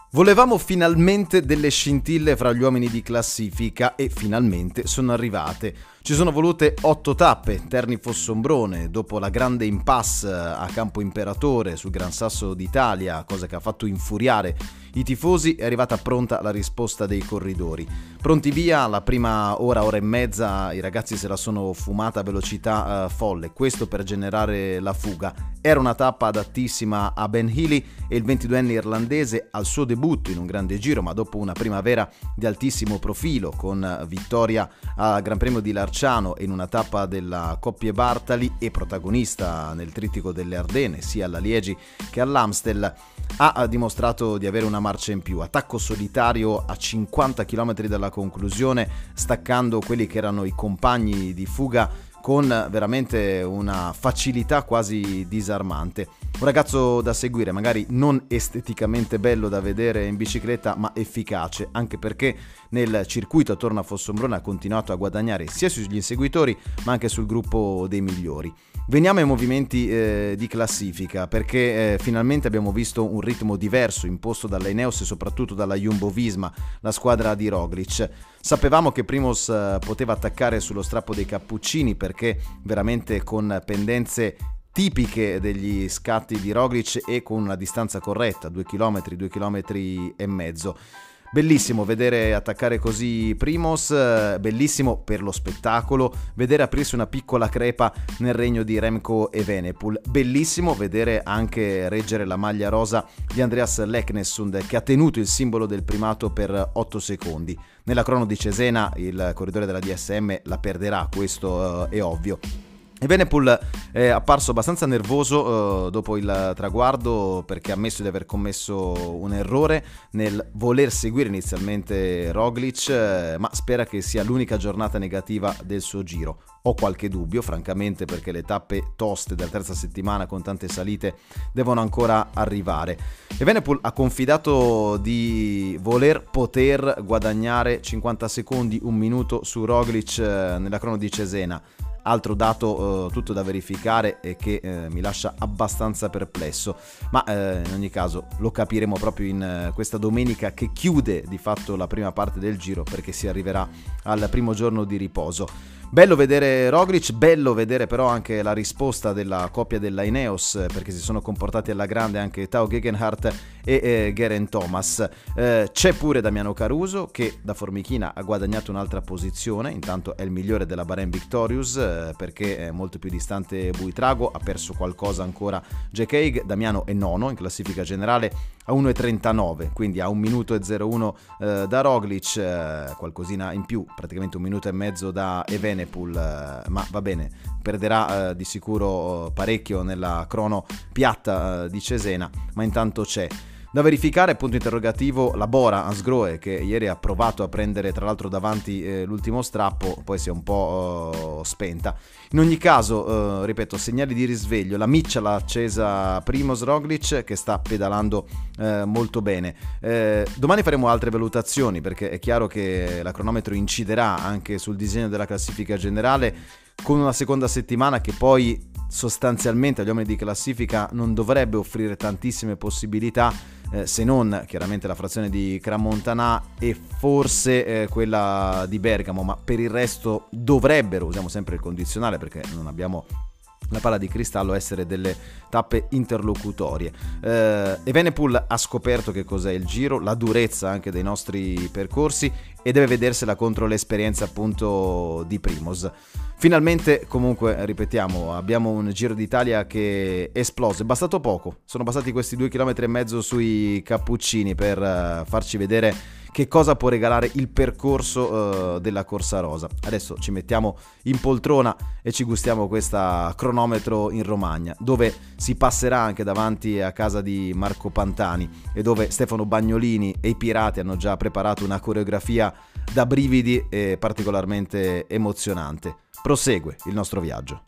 Volevamo finalmente delle scintille fra gli uomini di classifica e finalmente sono arrivate. Ci sono volute 8 tappe, Terni-Fossombrone, dopo la grande impasse a Campo Imperatore sul Gran Sasso d'Italia, cosa che ha fatto infuriare i tifosi, è arrivata pronta la risposta dei corridori. Pronti via, la prima ora e mezza i ragazzi se la sono fumata a velocità folle, questo per generare la fuga. Era una tappa adattissima a Ben Healy e il 22enne irlandese al suo debutto in un grande giro, ma dopo una primavera di altissimo profilo con vittoria al Gran Premio di Larciano e in una tappa della Coppie Bartali e protagonista nel trittico delle Ardenne sia alla Liegi che all'Amstel, ha dimostrato di avere una marcia in più. Attacco solitario a 50 km dalla conclusione, staccando quelli che erano i compagni di fuga con veramente una facilità quasi disarmante. Un ragazzo da seguire, magari non esteticamente bello da vedere in bicicletta, ma efficace, anche perché nel circuito attorno a Fossombrone ha continuato a guadagnare sia sugli inseguitori ma anche sul gruppo dei migliori. Veniamo ai movimenti di classifica, perché finalmente abbiamo visto un ritmo diverso imposto dalla Ineos e soprattutto dalla Jumbo-Visma, la squadra di Roglic. Sapevamo che Primož poteva attaccare sullo strappo dei cappuccini perché veramente con pendenze tipiche degli scatti di Roglic e con una distanza corretta, 2 km e mezzo. Bellissimo vedere attaccare così Primož, bellissimo per lo spettacolo vedere aprirsi una piccola crepa nel regno di Remco Evenepoel, bellissimo vedere anche reggere la maglia rosa di Andreas Leknessund, che ha tenuto il simbolo del primato per 8 secondi. Nella crono di Cesena il corridore della DSM la perderà, questo è ovvio. Evenepoel è apparso abbastanza nervoso dopo il traguardo perché ha ammesso di aver commesso un errore nel voler seguire inizialmente Roglic, ma spera che sia l'unica giornata negativa del suo giro. Ho qualche dubbio, francamente, perché le tappe toste della terza settimana con tante salite devono ancora arrivare. Evenepoel ha confidato di poter guadagnare 50 secondi, un minuto su Roglic nella crono di Cesena. Altro dato tutto da verificare e che mi lascia abbastanza perplesso, ma in ogni caso lo capiremo proprio in questa domenica che chiude di fatto la prima parte del giro, perché si arriverà al primo giorno di riposo. Bello vedere Roglic, bello vedere però anche la risposta della coppia della Ineos, perché si sono comportati alla grande anche Tao Gegenhardt e Geraint Thomas. C'è pure Damiano Caruso che da Formichina ha guadagnato un'altra posizione, intanto è il migliore della Bahrain Victorious perché è molto più distante Buitrago, ha perso qualcosa ancora Jack Haig. Damiano è nono in classifica generale a 1,39, quindi a 1 minuto e 01 da Roglic, qualcosina in più, praticamente 1 minuto e mezzo da Evenepoel, ma va bene, perderà di sicuro parecchio nella crono piatta di Cesena, ma intanto c'è. Da verificare, punto interrogativo, la Bora Hansgrohe, che ieri ha provato a prendere tra l'altro davanti l'ultimo strappo, poi si è un po' spenta. In ogni caso, ripeto, segnali di risveglio, la miccia l'ha accesa Primož Roglic che sta pedalando molto bene. Domani faremo altre valutazioni perché è chiaro che la cronometro inciderà anche sul disegno della classifica generale, con una seconda settimana che poi sostanzialmente agli uomini di classifica non dovrebbe offrire tantissime possibilità, se non chiaramente la frazione di Crans-Montana e forse quella di Bergamo, ma per il resto dovrebbero, usiamo sempre il condizionale perché non abbiamo la palla di cristallo, essere delle tappe interlocutorie. Evenepoel ha scoperto che cos'è il giro, la durezza anche dei nostri percorsi, e deve vedersela contro l'esperienza appunto di Primož. Finalmente, comunque, ripetiamo, abbiamo un Giro d'Italia che esplose, è bastato poco, sono bastati questi 2,5 km sui cappuccini per farci vedere che cosa può regalare il percorso della Corsa Rosa. Adesso ci mettiamo in poltrona e ci gustiamo questa cronometro in Romagna, dove si passerà anche davanti a casa di Marco Pantani e dove Stefano Bagnolini e i Pirati hanno già preparato una coreografia da brividi e particolarmente emozionante. Prosegue il nostro viaggio.